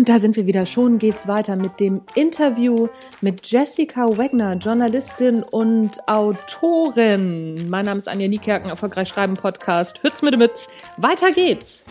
Und da sind wir wieder. Schon geht's weiter mit dem Interview mit Jessica Wegner, Journalistin und Autorin. Mein Name ist Anja Niekerken, Erfolgreich Schreiben Podcast. Hütz mit Mütz. Weiter geht's.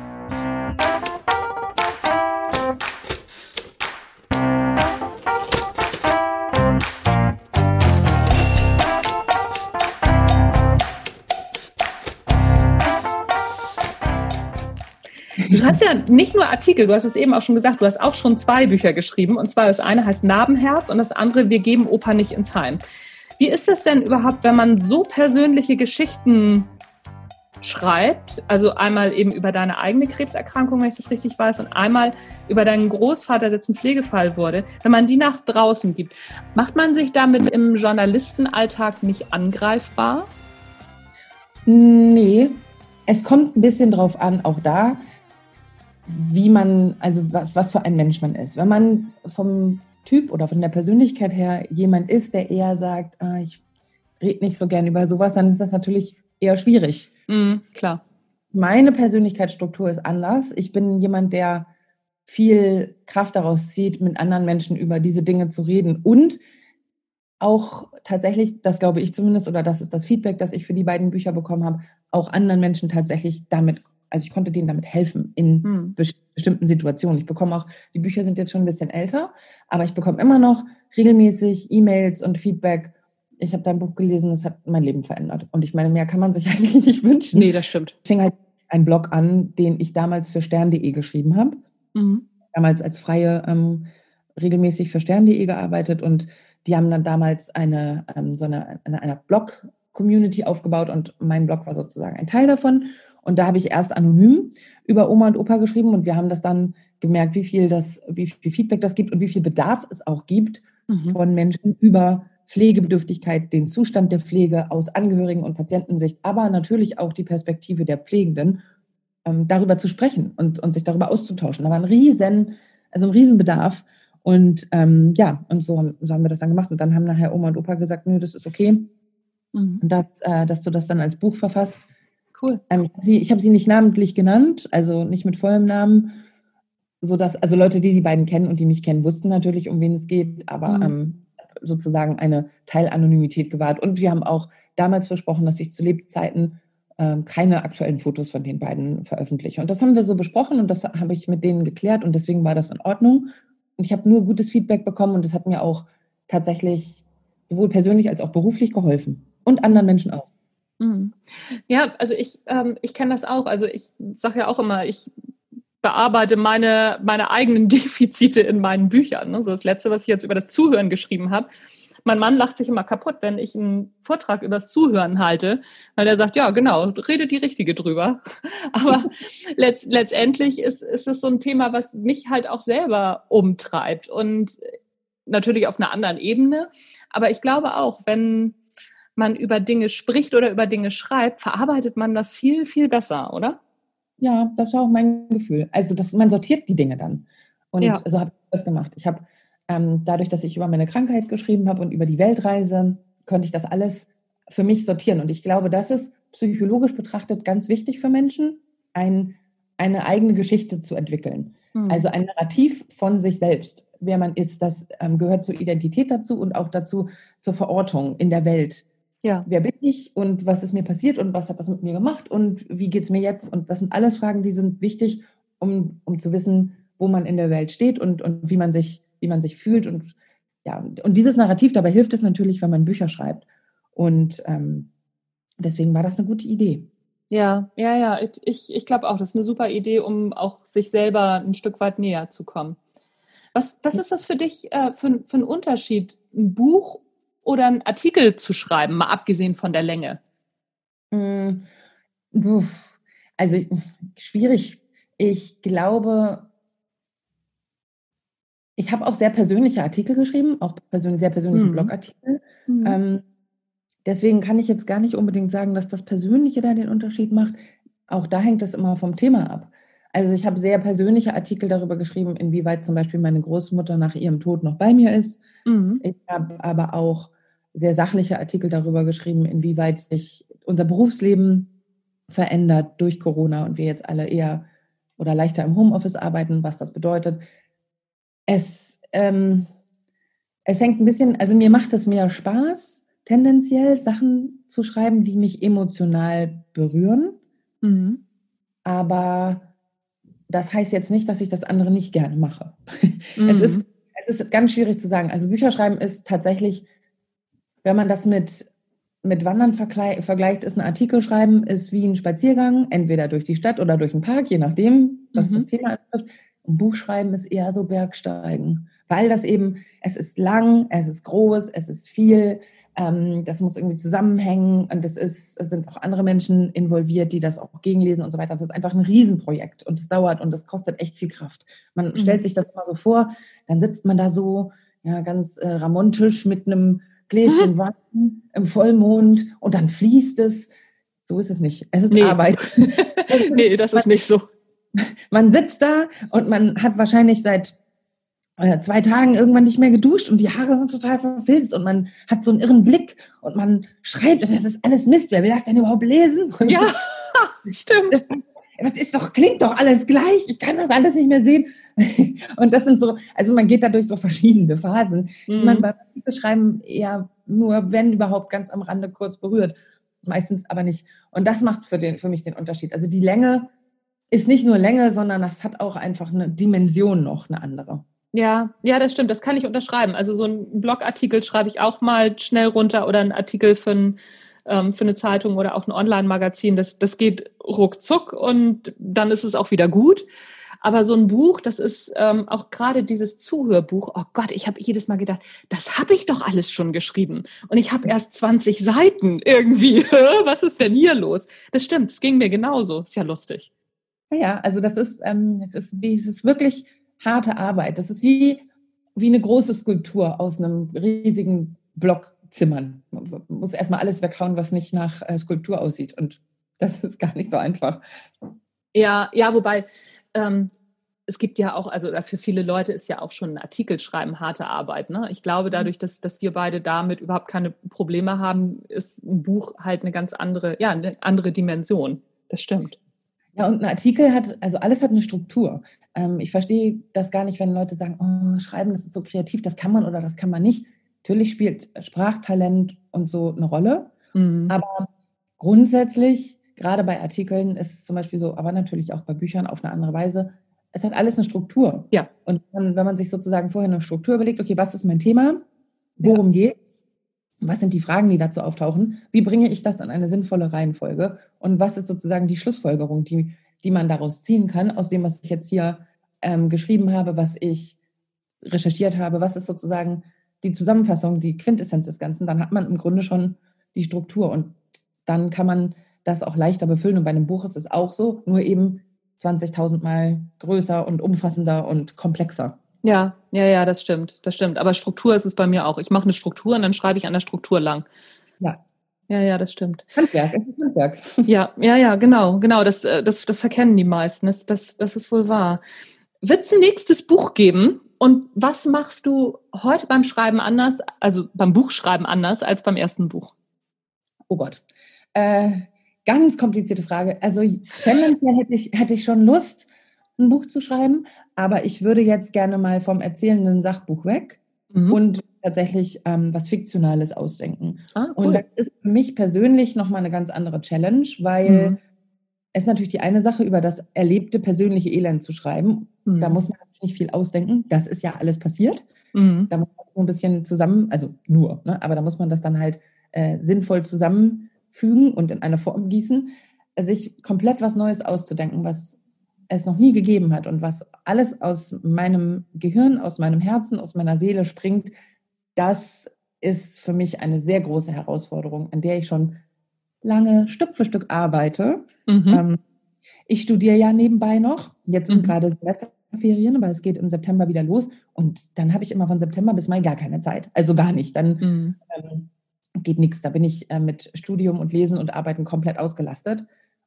Du schreibst ja nicht nur Artikel, du hast es eben auch schon gesagt, du hast auch schon 2 Bücher geschrieben. Und zwar das eine heißt Narbenherz und das andere Wir geben Opa nicht ins Heim. Wie ist das denn überhaupt, wenn man so persönliche Geschichten schreibt? Also einmal eben über deine eigene Krebserkrankung, wenn ich das richtig weiß, und einmal über deinen Großvater, der zum Pflegefall wurde. Wenn man die nach draußen gibt, macht man sich damit im Journalistenalltag nicht angreifbar? Nee, es kommt ein bisschen drauf an, auch da, wie man, also was für ein Mensch man ist. Wenn man vom Typ oder von der Persönlichkeit her jemand ist, der eher sagt, ich rede nicht so gern über sowas, dann ist das natürlich eher schwierig. Klar. Meine Persönlichkeitsstruktur ist anders. Ich bin jemand, der viel Kraft daraus zieht, mit anderen Menschen über diese Dinge zu reden und auch tatsächlich, das glaube ich zumindest, oder das ist das Feedback, das ich für die beiden Bücher bekommen habe, auch anderen Menschen tatsächlich damit, also ich konnte denen damit helfen in bestimmten Situationen. Ich bekomme auch, die Bücher sind jetzt schon ein bisschen älter, aber ich bekomme immer noch regelmäßig E-Mails und Feedback. Ich habe dein Buch gelesen, das hat mein Leben verändert. Und ich meine, mehr kann man sich eigentlich nicht wünschen. Nee, das stimmt. Ich fing halt einen Blog an, den ich damals für stern.de geschrieben habe. Damals als Freie regelmäßig für stern.de gearbeitet und die haben dann damals eine Blog-Community aufgebaut und mein Blog war sozusagen ein Teil davon. Und da habe ich erst anonym über Oma und Opa geschrieben und wir haben das dann gemerkt, wie viel Feedback das gibt und wie viel Bedarf es auch gibt von Menschen über Pflegebedürftigkeit, den Zustand der Pflege aus Angehörigen- und Patientensicht, aber natürlich auch die Perspektive der Pflegenden, darüber zu sprechen und sich darüber auszutauschen. Da war ein Riesenbedarf. Und und so haben wir das dann gemacht. Und dann haben nachher Oma und Opa gesagt, nö, das ist okay, dass du das dann als Buch verfasst. Cool. Ich habe sie nicht namentlich genannt, also nicht mit vollem Namen, sodass, also Leute, die beiden kennen und die mich kennen, wussten natürlich, um wen es geht, aber sozusagen eine Teilanonymität gewahrt. Und wir haben auch damals versprochen, dass ich zu Lebzeiten keine aktuellen Fotos von den beiden veröffentliche. Und das haben wir so besprochen und das habe ich mit denen geklärt und deswegen war das in Ordnung. Und ich habe nur gutes Feedback bekommen und das hat mir auch tatsächlich sowohl persönlich als auch beruflich geholfen. Und anderen Menschen auch. Ja, also ich kenne das auch. Also ich sage ja auch immer, ich bearbeite meine eigenen Defizite in meinen Büchern. Ne? So das Letzte, was ich jetzt über das Zuhören geschrieben habe. Mein Mann lacht sich immer kaputt, wenn ich einen Vortrag über das Zuhören halte, weil er sagt, ja genau, redet die Richtige drüber. Aber letztendlich ist es so ein Thema, was mich halt auch selber umtreibt und natürlich auf einer anderen Ebene. Aber ich glaube auch, wenn man über Dinge spricht oder über Dinge schreibt, verarbeitet man das viel, viel besser, oder? Ja, das war auch mein Gefühl. Also man sortiert die Dinge dann. Und Ja. so habe ich das gemacht. Ich habe dadurch, dass ich über meine Krankheit geschrieben habe und über die Weltreise, konnte ich das alles für mich sortieren. Und ich glaube, das ist psychologisch betrachtet ganz wichtig für Menschen, eine eigene Geschichte zu entwickeln. Also ein Narrativ von sich selbst, wer man ist, das gehört zur Identität dazu und auch dazu zur Verortung in der Welt. Ja. Wer bin ich und was ist mir passiert und was hat das mit mir gemacht und wie geht es mir jetzt? Und das sind alles Fragen, die sind wichtig, um zu wissen, wo man in der Welt steht und wie man sich fühlt. Und dieses Narrativ, dabei hilft es natürlich, wenn man Bücher schreibt. Und deswegen war das eine gute Idee. Ja. Ich glaube auch, das ist eine super Idee, um auch sich selber ein Stück weit näher zu kommen. Was ist das für dich für ein Unterschied, ein Buch oder einen Artikel zu schreiben, mal abgesehen von der Länge? Also schwierig. Ich glaube, ich habe auch sehr persönliche Artikel geschrieben, auch sehr persönliche Blogartikel. Deswegen kann ich jetzt gar nicht unbedingt sagen, dass das Persönliche da den Unterschied macht. Auch da hängt es immer vom Thema ab. Also ich habe sehr persönliche Artikel darüber geschrieben, inwieweit zum Beispiel meine Großmutter nach ihrem Tod noch bei mir ist. Ich habe aber auch sehr sachliche Artikel darüber geschrieben, inwieweit sich unser Berufsleben verändert durch Corona und wir jetzt alle eher oder leichter im Homeoffice arbeiten, was das bedeutet. Es hängt ein bisschen, also mir macht es mehr Spaß, tendenziell Sachen zu schreiben, die mich emotional berühren. Mhm. Aber das heißt jetzt nicht, dass ich das andere nicht gerne mache. Es Mhm. ist, es ist ganz schwierig zu sagen. Also Bücherschreiben ist tatsächlich, wenn man das mit Wandern vergleicht, ist ein Artikel schreiben, ist wie ein Spaziergang, entweder durch die Stadt oder durch den Park, je nachdem, was das Mhm. Thema betrifft. Und Buchschreiben ist eher so Bergsteigen, weil das eben, es ist lang, es ist groß, es ist viel, das muss irgendwie zusammenhängen und es sind auch andere Menschen involviert, die das auch gegenlesen und so weiter. Das ist einfach ein Riesenprojekt und es dauert und es kostet echt viel Kraft. Man stellt Mhm. sich das immer so vor, dann sitzt man da so, ja, ganz ramontisch mit einem Gläschen Wein im Vollmond und dann fließt es. So ist es nicht. Es ist Nee. Arbeit. Nee, das ist nicht so. Man sitzt da und man hat wahrscheinlich seit 2 Tagen irgendwann nicht mehr geduscht und die Haare sind total verfilzt und man hat so einen irren Blick und man schreibt und das ist alles Mist. Wer will das denn überhaupt lesen? Ja, stimmt. Das ist doch, klingt doch alles gleich. Ich kann das alles nicht mehr sehen. Und das sind so, also man geht da durch so verschiedene Phasen, die man Mhm. beim Artikelschreiben eher nur, wenn überhaupt, ganz am Rande kurz berührt. Meistens aber nicht. Und das macht für mich den Unterschied. Also die Länge ist nicht nur Länge, sondern das hat auch einfach eine Dimension noch, eine andere. Ja, ja, das stimmt. Das kann ich unterschreiben. Also so einen Blogartikel schreibe ich auch mal schnell runter oder einen Artikel für eine Zeitung oder auch ein Online-Magazin. Das geht ruckzuck und dann ist es auch wieder gut. Aber so ein Buch, das ist auch gerade dieses Zuhörbuch. Oh Gott, ich habe jedes Mal gedacht, das habe ich doch alles schon geschrieben. Und ich habe erst 20 Seiten irgendwie. Was ist denn hier los? Das stimmt, es ging mir genauso. Ist ja lustig. Ja, also es ist wirklich harte Arbeit. Das ist wie eine große Skulptur aus einem riesigen Block zimmern. Man muss erstmal alles weghauen, was nicht nach Skulptur aussieht. Und das ist gar nicht so einfach. Ja, ja, wobei es gibt ja auch, also für viele Leute ist ja auch schon ein Artikel schreiben harte Arbeit. Ne? Ich glaube, dadurch, dass wir beide damit überhaupt keine Probleme haben, ist ein Buch halt eine andere Dimension. Das stimmt. Ja, und ein Artikel hat, also alles hat eine Struktur. Ich verstehe das gar nicht, wenn Leute sagen, oh, schreiben, das ist so kreativ, das kann man oder das kann man nicht. Natürlich spielt Sprachtalent und so eine Rolle, Mhm. aber grundsätzlich, gerade bei Artikeln, ist es zum Beispiel so, aber natürlich auch bei Büchern auf eine andere Weise, es hat alles eine Struktur. Ja, Und wenn man sich sozusagen vorher eine Struktur überlegt, okay, was ist mein Thema, ja, worum geht's, was sind die Fragen, die dazu auftauchen, wie bringe ich das in eine sinnvolle Reihenfolge und was ist sozusagen die Schlussfolgerung, die man daraus ziehen kann, aus dem, was ich jetzt hier geschrieben habe, was ich recherchiert habe, was ist sozusagen die Zusammenfassung, die Quintessenz des Ganzen, dann hat man im Grunde schon die Struktur und dann kann man das auch leichter befüllen. Und bei einem Buch ist es auch so, nur eben 20.000 Mal größer und umfassender und komplexer. ja, ja, ja, das stimmt, das stimmt. Aber Struktur ist es bei mir auch. Ich mache eine Struktur und dann schreibe ich an der Struktur lang. Ja, Ja, ja, das stimmt. Handwerk, es ist Handwerk. Ja, ja, ja, genau, genau. Das verkennen die meisten. Das ist wohl wahr. Wird es ein nächstes Buch geben? Und was machst du heute beim Schreiben anders, also beim Buchschreiben anders als beim ersten Buch? Oh Gott. Äh, Ganz komplizierte Frage. Also tendenziell hätte ich schon Lust, ein Buch zu schreiben, aber ich würde jetzt gerne mal vom erzählenden Sachbuch weg Mhm. und tatsächlich was Fiktionales ausdenken. Ah, Und das cool. ist für mich persönlich nochmal eine ganz andere Challenge, weil Mhm. es ist natürlich die eine Sache, über das erlebte persönliche Elend zu schreiben. Da Mhm. muss man nicht viel ausdenken. Das ist ja alles passiert. Mhm. Da muss man so ein bisschen zusammen, also nur, ne? Aber da muss man das dann halt sinnvoll zusammenfügen und in eine Form gießen, sich komplett was Neues auszudenken, was es noch nie gegeben hat und was alles aus meinem Gehirn, aus meinem Herzen, aus meiner Seele springt, das ist für mich eine sehr große Herausforderung, an der ich schon lange Stück für Stück arbeite. Mhm. Ähm, Ich studiere ja nebenbei noch. Jetzt sind Mhm. gerade Semesterferien, aber es geht im September wieder los. Und dann habe ich immer von September bis Mai gar keine Zeit. Also gar nicht. Dann Mhm. geht nichts. Da bin ich mit Studium und Lesen und Arbeiten komplett ausgelastet.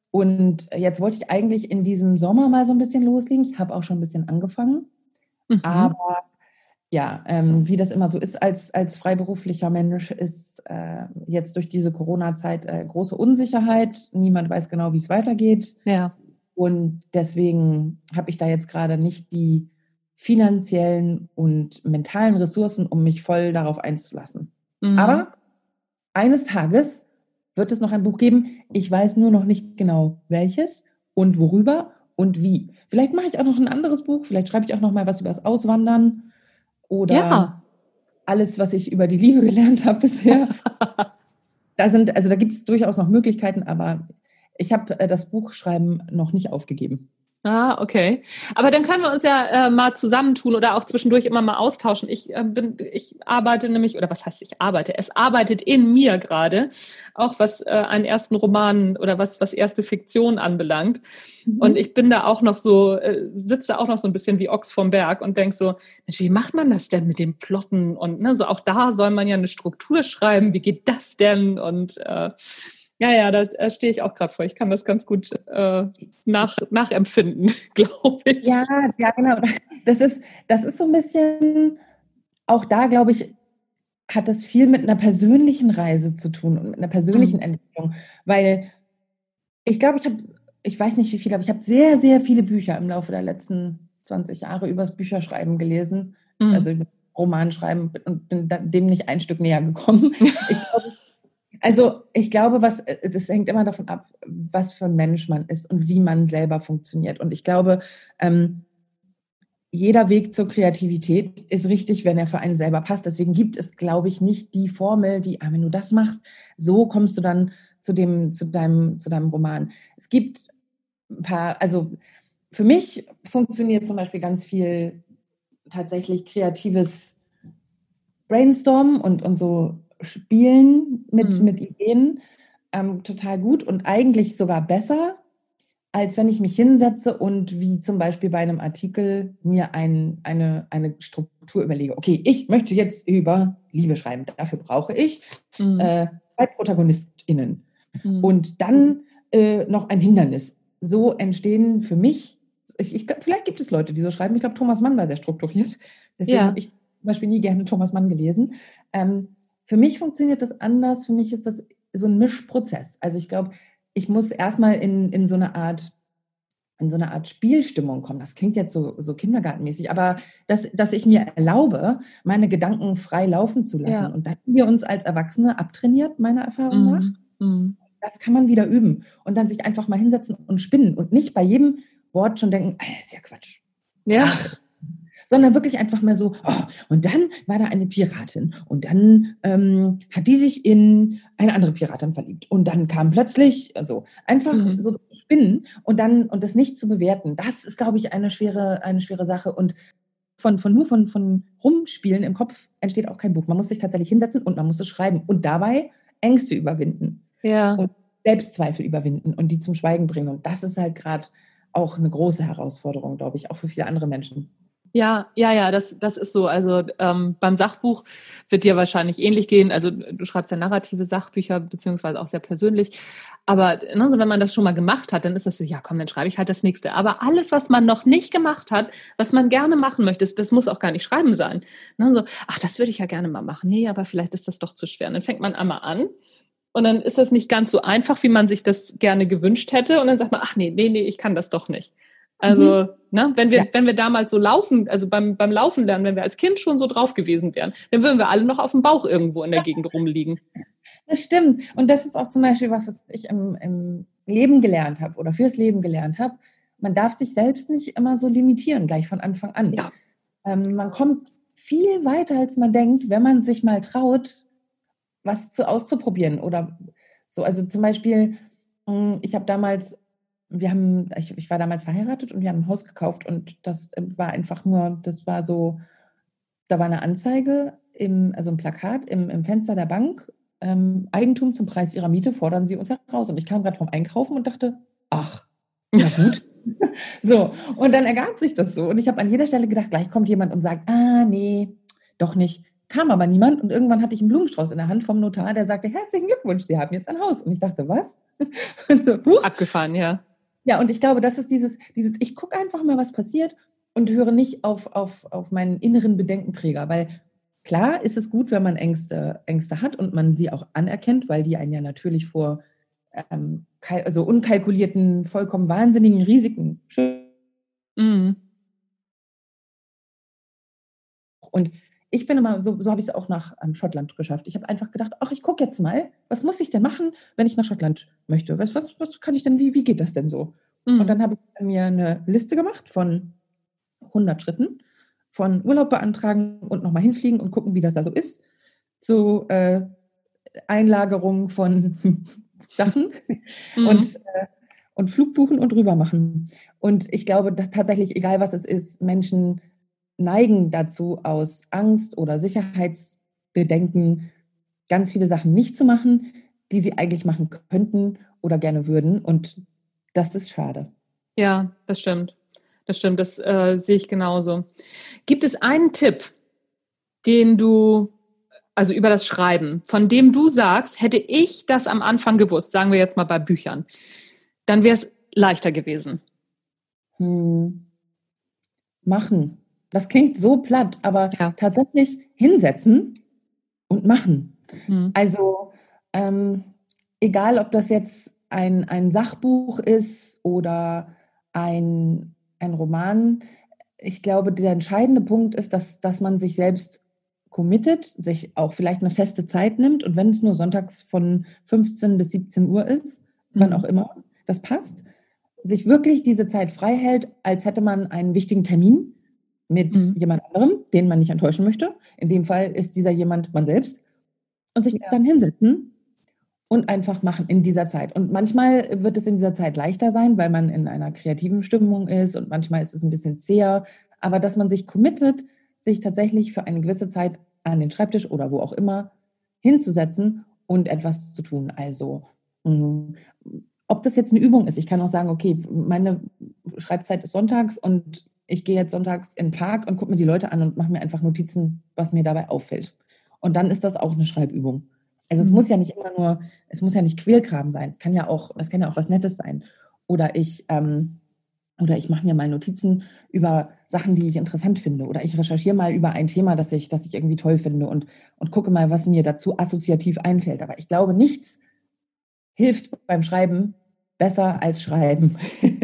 Und jetzt wollte ich eigentlich in diesem Sommer mal so ein bisschen loslegen. Ich habe auch schon ein bisschen angefangen. Mhm. Aber ja, wie das immer so ist als freiberuflicher Mensch, ist jetzt durch diese Corona-Zeit große Unsicherheit. Niemand weiß genau, wie es weitergeht. Ja. Und deswegen habe ich da jetzt gerade nicht die finanziellen und mentalen Ressourcen, um mich voll darauf einzulassen. Aber eines Tages wird es noch ein Buch geben. Ich weiß nur noch nicht genau welches und worüber und wie. Vielleicht mache ich auch noch ein anderes Buch. Vielleicht schreibe ich auch noch mal was über das Auswandern oder alles, was ich über die Liebe gelernt habe bisher. Da gibt es durchaus noch Möglichkeiten, aber ich habe das Buchschreiben noch nicht aufgegeben. Ah, okay. Aber dann können wir uns ja mal zusammentun oder auch zwischendurch immer mal austauschen. Ich arbeite nämlich, oder was heißt ich arbeite? Es arbeitet in mir gerade, auch was einen ersten Roman oder was erste Fiktion anbelangt. Und ich bin da auch noch so, sitze auch noch so ein bisschen wie Ochs vom Berg und denk so, Mensch, wie macht man das denn mit dem Plotten? Und ne, so auch da soll man ja eine Struktur schreiben. Wie geht das denn? Und ja, da stehe ich auch gerade vor. Ich kann das ganz gut nachempfinden, glaube ich. Ja, genau. Das ist so ein bisschen, auch da, glaube ich, hat das viel mit einer persönlichen Reise zu tun und mit einer persönlichen Entwicklung. Weil ich glaube, ich weiß nicht wie viele, aber ich habe sehr, sehr viele Bücher im Laufe der letzten 20 Jahre übers Bücherschreiben gelesen. Also über Romanschreiben und bin dem nicht ein Stück näher gekommen. Ich glaube, das hängt immer davon ab, was für ein Mensch man ist und wie man selber funktioniert. Und ich glaube, jeder Weg zur Kreativität ist richtig, wenn er für einen selber passt. Deswegen gibt es, glaube ich, nicht die Formel, wenn du das machst, so kommst du dann zu deinem Roman. Es gibt ein paar, also für mich funktioniert zum Beispiel ganz viel tatsächlich kreatives Brainstormen und so Spielen mit Ideen total gut und eigentlich sogar besser, als wenn ich mich hinsetze und wie zum Beispiel bei einem Artikel mir eine Struktur überlege. Okay, ich möchte jetzt über Liebe schreiben. Dafür brauche ich 2 ProtagonistInnen. Und dann noch ein Hindernis. So entstehen für mich, vielleicht gibt es Leute, die so schreiben. Ich glaube, Thomas Mann war sehr strukturiert. Deswegen habe ich zum Beispiel nie gerne Thomas Mann gelesen. Für mich funktioniert das anders. Für mich ist das so ein Mischprozess. Also ich glaube, ich muss erstmal in so eine Art Spielstimmung kommen. Das klingt jetzt so kindergartenmäßig, aber dass ich mir erlaube, meine Gedanken frei laufen zu lassen. Ja. Und das haben wir uns als Erwachsene abtrainiert, meiner Erfahrung nach. Das kann man wieder üben und dann sich einfach mal hinsetzen und spinnen und nicht bei jedem Wort schon denken, ist ja Quatsch. Ja. Sondern wirklich einfach mal so, und dann war da eine Piratin und dann hat die sich in eine andere Piratin verliebt und dann kam plötzlich, also einfach so spinnen und das nicht zu bewerten, das ist, glaube ich, eine schwere Sache und von rumspielen im Kopf entsteht auch kein Buch. Man muss sich tatsächlich hinsetzen und man muss es schreiben und dabei Ängste überwinden und Selbstzweifel überwinden und die zum Schweigen bringen und das ist halt gerade auch eine große Herausforderung, glaube ich, auch für viele andere Menschen. Ja, das ist so. Also beim Sachbuch wird dir wahrscheinlich ähnlich gehen. Also du schreibst ja narrative Sachbücher, beziehungsweise auch sehr persönlich. Aber ne, so, wenn man das schon mal gemacht hat, dann ist das so, ja komm, dann schreibe ich halt das nächste. Aber alles, was man noch nicht gemacht hat, was man gerne machen möchte, das muss auch gar nicht schreiben sein. Ne, so, das würde ich ja gerne mal machen. Nee, aber vielleicht ist das doch zu schwer. Und dann fängt man einmal an. Und dann ist das nicht ganz so einfach, wie man sich das gerne gewünscht hätte. Und dann sagt man, nee, ich kann das doch nicht. Also, ne, wenn wir damals so laufen, also beim Laufen lernen, wenn wir als Kind schon so drauf gewesen wären, dann würden wir alle noch auf dem Bauch irgendwo in der Gegend rumliegen. Das stimmt. Und das ist auch zum Beispiel was ich im Leben gelernt habe oder fürs Leben gelernt habe. Man darf sich selbst nicht immer so limitieren, gleich von Anfang an. Ja. Man kommt viel weiter, als man denkt, wenn man sich mal traut, was auszuprobieren oder so. Also zum Beispiel, ich habe damals ich war damals verheiratet und wir haben ein Haus gekauft und das war einfach nur, da war eine Anzeige, also ein Plakat im Fenster der Bank, Eigentum zum Preis ihrer Miete fordern sie uns heraus. Und ich kam gerade vom Einkaufen und dachte, na gut. So, und dann ergab sich das so. Und ich habe an jeder Stelle gedacht, gleich kommt jemand und sagt, nee, doch nicht. Kam aber niemand und irgendwann hatte ich einen Blumenstrauß in der Hand vom Notar, der sagte, herzlichen Glückwunsch, Sie haben jetzt ein Haus. Und ich dachte, was? Abgefahren, ja. Ja, und ich glaube, das ist dieses ich gucke einfach mal, was passiert und höre nicht auf meinen inneren Bedenkenträger, weil klar ist es gut, wenn man Ängste hat und man sie auch anerkennt, weil die einen ja natürlich vor also unkalkulierten, vollkommen wahnsinnigen Risiken schützen. Und ich bin immer, so habe ich es auch nach Schottland geschafft. Ich habe einfach gedacht, ach, ich gucke jetzt mal, was muss ich denn machen, wenn ich nach Schottland möchte? Was kann ich denn, wie geht das denn so? Und dann habe ich mir eine Liste gemacht von 100 Schritten, von Urlaub beantragen und nochmal hinfliegen und gucken, wie das da so ist, zu Einlagerung von Sachen und Flug buchen und rüber machen. Und ich glaube, dass tatsächlich, egal was es ist, Menschen neigen dazu, aus Angst oder Sicherheitsbedenken ganz viele Sachen nicht zu machen, die sie eigentlich machen könnten oder gerne würden. Und das ist schade. Ja, das stimmt. Das stimmt, das sehe ich genauso. Gibt es einen Tipp, den du, also über das Schreiben, von dem du sagst, hätte ich das am Anfang gewusst, sagen wir jetzt mal bei Büchern, dann wäre es leichter gewesen? Machen. Das klingt so platt, aber tatsächlich hinsetzen und machen. Also egal, ob das jetzt ein Sachbuch ist oder ein Roman, ich glaube, der entscheidende Punkt ist, dass man sich selbst committet, sich auch vielleicht eine feste Zeit nimmt und wenn es nur sonntags von 15 bis 17 Uhr ist, wann auch immer, das passt, sich wirklich diese Zeit frei hält, als hätte man einen wichtigen Termin mit jemand anderem, den man nicht enttäuschen möchte. In dem Fall ist dieser jemand man selbst. Und sich dann hinsetzen und einfach machen in dieser Zeit. Und manchmal wird es in dieser Zeit leichter sein, weil man in einer kreativen Stimmung ist und manchmal ist es ein bisschen zäher. Aber dass man sich committet, sich tatsächlich für eine gewisse Zeit an den Schreibtisch oder wo auch immer hinzusetzen und etwas zu tun. Also ob das jetzt eine Übung ist. Ich kann auch sagen, okay, meine Schreibzeit ist sonntags und ich gehe jetzt sonntags in den Park und gucke mir die Leute an und mache mir einfach Notizen, was mir dabei auffällt. Und dann ist das auch eine Schreibübung. Also es muss ja nicht immer nur, es muss ja nicht Quälkram sein. Es kann ja auch was Nettes sein. Oder ich mache mir mal Notizen über Sachen, die ich interessant finde. Oder ich recherchiere mal über ein Thema, das ich irgendwie toll finde und gucke mal, was mir dazu assoziativ einfällt. Aber ich glaube, nichts hilft beim Schreiben besser als Schreiben.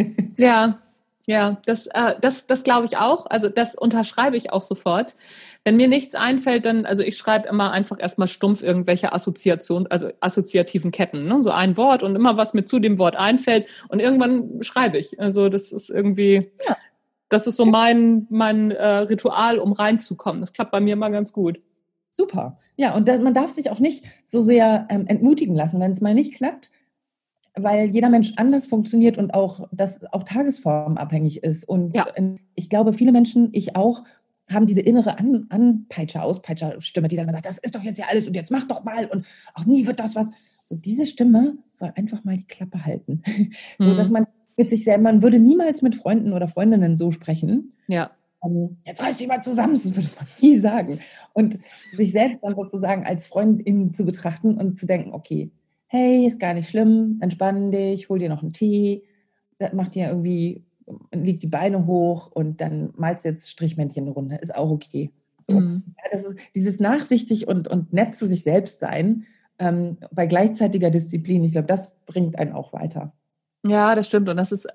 Ja, das glaube ich auch. Also das unterschreibe ich auch sofort. Wenn mir nichts einfällt, dann, also ich schreibe immer einfach erstmal stumpf irgendwelche also assoziativen Ketten, ne? So ein Wort und immer was mir zu dem Wort einfällt und irgendwann schreibe ich. Also das ist irgendwie, das ist so mein Ritual, um reinzukommen. Das klappt bei mir immer ganz gut. Super. Ja, und man darf sich auch nicht so sehr entmutigen lassen, wenn es mal nicht klappt, weil jeder Mensch anders funktioniert und auch tagesformabhängig ist. Und ich glaube, viele Menschen, ich auch, haben diese innere Auspeitscher-Stimme, die dann sagt, das ist doch jetzt ja alles und jetzt mach doch mal und auch nie wird das was. So diese Stimme soll einfach mal die Klappe halten. So, dass man mit sich selber, man würde niemals mit Freunden oder Freundinnen so sprechen. Ja. Jetzt reiß dich mal zusammen, das würde man nie sagen. Und sich selbst dann sozusagen als Freundin zu betrachten und zu denken, okay, hey, ist gar nicht schlimm, entspann dich, hol dir noch einen Tee, mach dir irgendwie, leg die Beine hoch und dann malst jetzt Strichmännchen eine Runde, ist auch okay. So. Ja, das ist dieses nachsichtig und nett zu sich selbst sein, bei gleichzeitiger Disziplin, ich glaube, das bringt einen auch weiter. Ja, das stimmt. Und das ist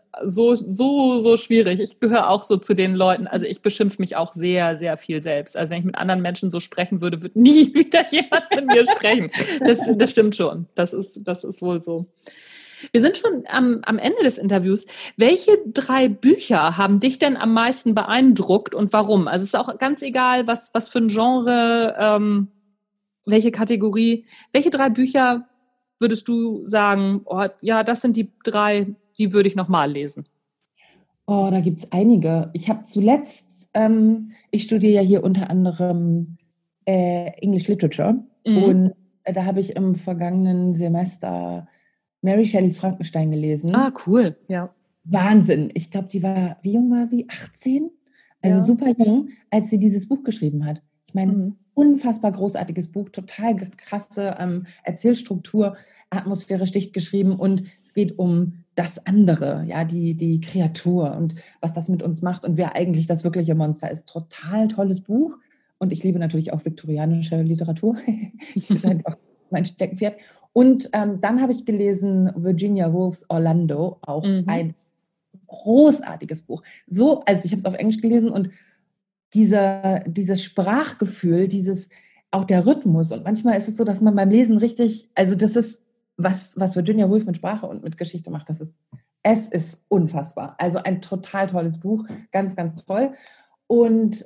so schwierig. Ich gehöre auch so zu den Leuten, also ich beschimpfe mich auch sehr, sehr viel selbst. Also wenn ich mit anderen Menschen so sprechen würde, würde nie wieder jemand mit mir sprechen. Das stimmt schon. Das ist wohl so. Wir sind schon am Ende des Interviews. Welche 3 Bücher haben dich denn am meisten beeindruckt und warum? Also es ist auch ganz egal, was für ein Genre, welche Kategorie. Welche 3 Bücher würdest du sagen, oh, ja, das sind die 3, die würde ich nochmal lesen? Oh, da gibt es einige. Ich habe zuletzt, ich studiere ja hier unter anderem English Literature und da habe ich im vergangenen Semester Mary Shelleys Frankenstein gelesen. Ah, cool, ja. Wahnsinn. Ich glaube, wie jung war sie? 18? Also super jung, als sie dieses Buch geschrieben hat. Ich meine, unfassbar großartiges Buch, total krasse Erzählstruktur, atmosphärisch dicht geschrieben und es geht um das andere, ja, die Kreatur und was das mit uns macht und wer eigentlich das wirkliche Monster ist. Total tolles Buch und ich liebe natürlich auch viktorianische Literatur. Das ist einfach mein Steckenpferd. Und dann habe ich gelesen Virginia Woolf's Orlando, auch ein großartiges Buch. Also ich habe es auf Englisch gelesen und dieses Sprachgefühl, auch der Rhythmus. Und manchmal ist es so, dass man beim Lesen richtig, also das ist, was Virginia Woolf mit Sprache und mit Geschichte macht, es ist unfassbar. Also ein total tolles Buch, ganz, ganz toll. Und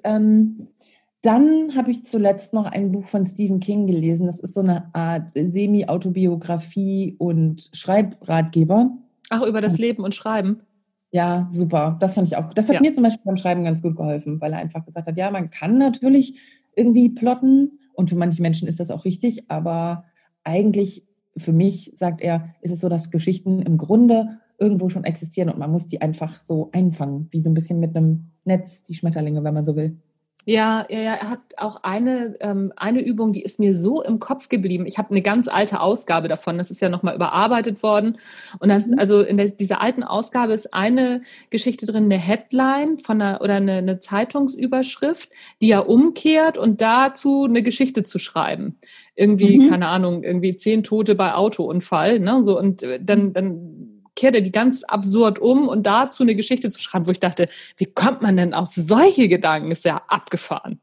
dann habe ich zuletzt noch ein Buch von Stephen King gelesen. Das ist so eine Art Semi-Autobiografie und Schreibratgeber. Ach, über das Leben und Schreiben. Ja, super. Das fand ich auch. Das hat mir zum Beispiel beim Schreiben ganz gut geholfen, weil er einfach gesagt hat, ja, man kann natürlich irgendwie plotten und für manche Menschen ist das auch richtig, aber eigentlich für mich, sagt er, ist es so, dass Geschichten im Grunde irgendwo schon existieren und man muss die einfach so einfangen, wie so ein bisschen mit einem Netz, die Schmetterlinge, wenn man so will. Ja, er hat auch eine Übung, die ist mir so im Kopf geblieben. Ich habe eine ganz alte Ausgabe davon, das ist ja nochmal überarbeitet worden. Und also in dieser alten Ausgabe ist eine Geschichte drin, eine Headline oder eine Zeitungsüberschrift, die er umkehrt und dazu eine Geschichte zu schreiben. Irgendwie, keine Ahnung, irgendwie 10 Tote bei Autounfall, ne? So, und dann kehrt er die ganz absurd um und dazu eine Geschichte zu schreiben, wo ich dachte, wie kommt man denn auf solche Gedanken? Ist ja abgefahren.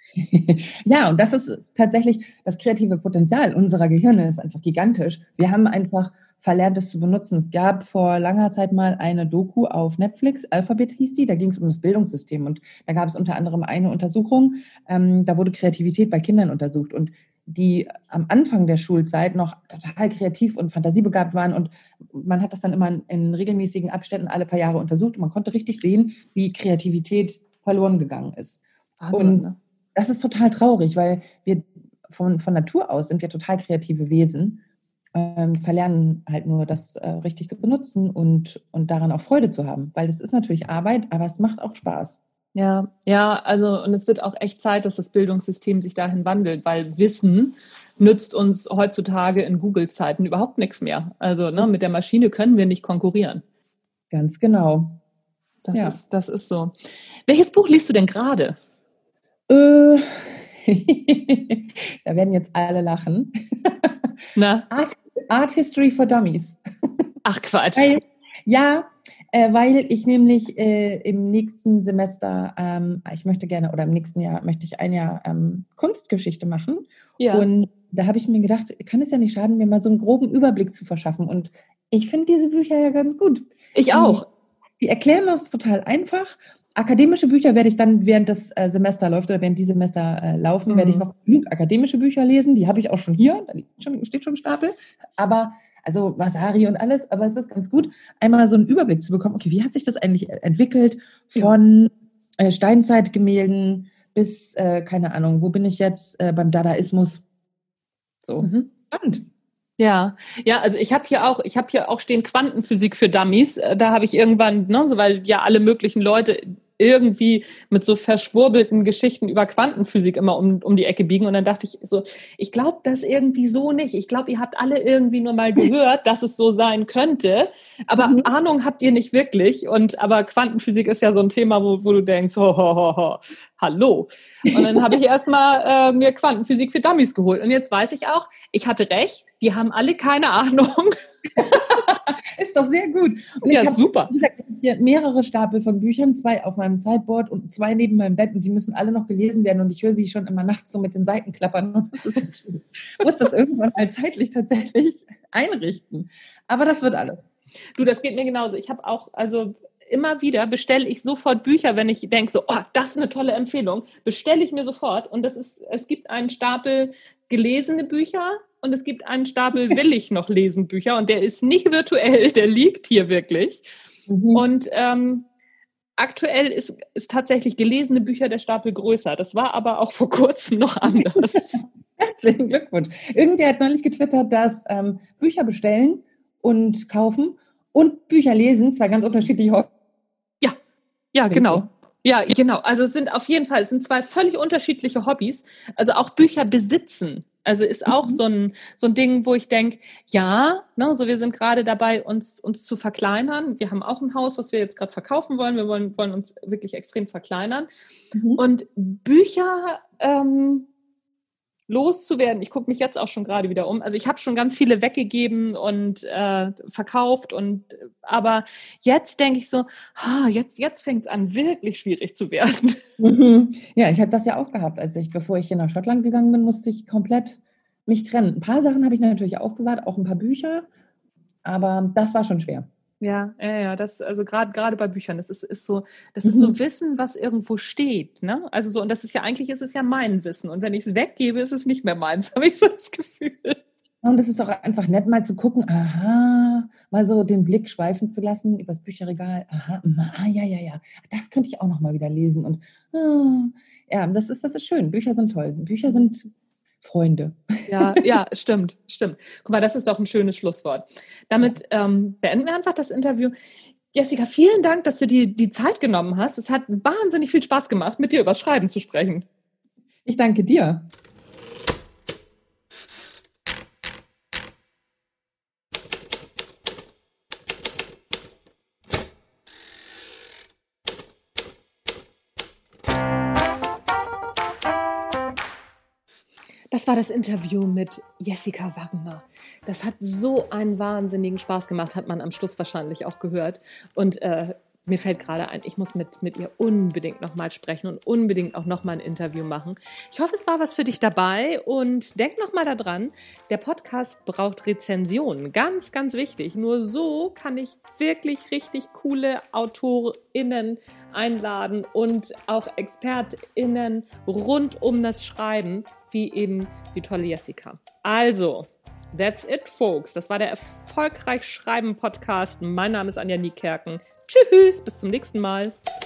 Ja, und das ist tatsächlich das kreative Potenzial unserer Gehirne ist einfach gigantisch. Wir haben einfach verlernt, es zu benutzen. Es gab vor langer Zeit mal eine Doku auf Netflix, Alphabet hieß die, da ging es um das Bildungssystem und da gab es unter anderem eine Untersuchung, da wurde Kreativität bei Kindern untersucht und die am Anfang der Schulzeit noch total kreativ und fantasiebegabt waren und man hat das dann immer in regelmäßigen Abständen alle paar Jahre untersucht und man konnte richtig sehen, wie Kreativität verloren gegangen ist. Wahnsinn, und ne? Das ist total traurig, weil wir von Natur aus sind wir total kreative Wesen, verlernen halt nur das richtig zu benutzen und daran auch Freude zu haben, weil es ist natürlich Arbeit, aber es macht auch Spaß. Ja, also und es wird auch echt Zeit, dass das Bildungssystem sich dahin wandelt, weil Wissen nützt uns heutzutage in Google-Zeiten überhaupt nichts mehr. Also mit der Maschine können wir nicht konkurrieren. Ganz genau. Das ist so. Welches Buch liest du denn gerade? Da werden jetzt alle lachen. Na? Art History for Dummies. Ach Quatsch. Weil ich nämlich im nächsten Semester, ich möchte gerne, oder im nächsten Jahr möchte ich ein Jahr Kunstgeschichte machen. Ja. Und da habe ich mir gedacht, kann es ja nicht schaden, mir mal so einen groben Überblick zu verschaffen. Und ich finde diese Bücher ja ganz gut. Ich auch. Die erklären das total einfach. Akademische Bücher werde ich dann, während das Semester läuft oder während die Semester laufen, werde ich noch genug akademische Bücher lesen. Die habe ich auch schon hier, da steht schon ein Stapel. Aber also Vasari und alles, aber es ist ganz gut, einmal so einen Überblick zu bekommen, okay, wie hat sich das eigentlich entwickelt von Steinzeitgemälden bis, keine Ahnung, wo bin ich jetzt beim Dadaismus? So, spannend. Ja, also ich habe hier auch stehen Quantenphysik für Dummies. Da habe ich irgendwann, weil ja alle möglichen Leute irgendwie mit so verschwurbelten Geschichten über Quantenphysik immer um die Ecke biegen. Und dann dachte ich so, ich glaube das irgendwie so nicht. Ich glaube, ihr habt alle irgendwie nur mal gehört, dass es so sein könnte. Aber Ahnung habt ihr nicht wirklich. Aber Quantenphysik ist ja so ein Thema, wo du denkst, hallo. Und dann habe ich erstmal mir Quantenphysik für Dummies geholt. Und jetzt weiß ich auch, ich hatte recht, die haben alle keine Ahnung. Ist doch sehr gut. Und ja, super. Ich habe hier mehrere Stapel von Büchern, 2 auf meinem Sideboard und 2 neben meinem Bett und die müssen alle noch gelesen werden und ich höre sie schon immer nachts so mit den Seiten klappern. Ich muss das irgendwann mal zeitlich tatsächlich einrichten. Aber das wird alles. Du, das geht mir genauso. Ich habe auch, immer wieder bestelle ich sofort Bücher, wenn ich denke, so, das ist eine tolle Empfehlung, bestelle ich mir sofort. Und es gibt einen Stapel gelesene Bücher und es gibt einen Stapel will ich noch lesen Bücher und der ist nicht virtuell, der liegt hier wirklich. Und aktuell ist tatsächlich gelesene Bücher der Stapel größer. Das war aber auch vor kurzem noch anders. Herzlichen Glückwunsch. Irgendwer hat neulich getwittert, dass Bücher bestellen und kaufen und Bücher lesen 2 ganz unterschiedliche Hobbys. Ja, genau. Ja, genau. Also es sind 2 völlig unterschiedliche Hobbys. Also auch Bücher besitzen. Also ist auch so ein Ding, wo ich denke, so wir sind gerade dabei, uns zu verkleinern. Wir haben auch ein Haus, was wir jetzt gerade verkaufen wollen. Wir wollen uns wirklich extrem verkleinern. Und Bücher loszuwerden. Ich gucke mich jetzt auch schon gerade wieder um. Also ich habe schon ganz viele weggegeben und verkauft aber jetzt denke ich so, jetzt fängt es an, wirklich schwierig zu werden. Ja, ich habe das ja auch gehabt, bevor ich hier nach Schottland gegangen bin, musste ich komplett mich trennen. Ein paar Sachen habe ich natürlich aufbewahrt, auch ein paar Bücher, aber das war schon schwer. Ja, das, also gerade bei Büchern, das ist so Wissen, was irgendwo steht, ne? Also so, und eigentlich ist es ja mein Wissen. Und wenn ich es weggebe, ist es nicht mehr meins, habe ich so das Gefühl. Und es ist auch einfach nett, mal zu gucken, mal so den Blick schweifen zu lassen übers Bücherregal. Ja. Das könnte ich auch noch mal wieder lesen. Und ja, das ist schön. Bücher sind toll. Bücher sind Freunde. Ja, stimmt. Guck mal, das ist doch ein schönes Schlusswort. Damit beenden wir einfach das Interview. Jessica, vielen Dank, dass du die Zeit genommen hast. Es hat wahnsinnig viel Spaß gemacht, mit dir über Schreiben zu sprechen. Ich danke dir. Das war das Interview mit Jessica Wagner. Das hat so einen wahnsinnigen Spaß gemacht, hat man am Schluss wahrscheinlich auch gehört. Und mir fällt gerade ein, ich muss mit ihr unbedingt nochmal sprechen und unbedingt auch nochmal ein Interview machen. Ich hoffe, es war was für dich dabei und denk nochmal daran, der Podcast braucht Rezensionen. Ganz, ganz wichtig. Nur so kann ich wirklich richtig coole AutorInnen einladen und auch ExpertInnen rund um das Schreiben, wie eben die tolle Jessica. Also, that's it, folks. Das war der Erfolgreich Schreiben Podcast. Mein Name ist Anja Niekerken. Tschüss, bis zum nächsten Mal.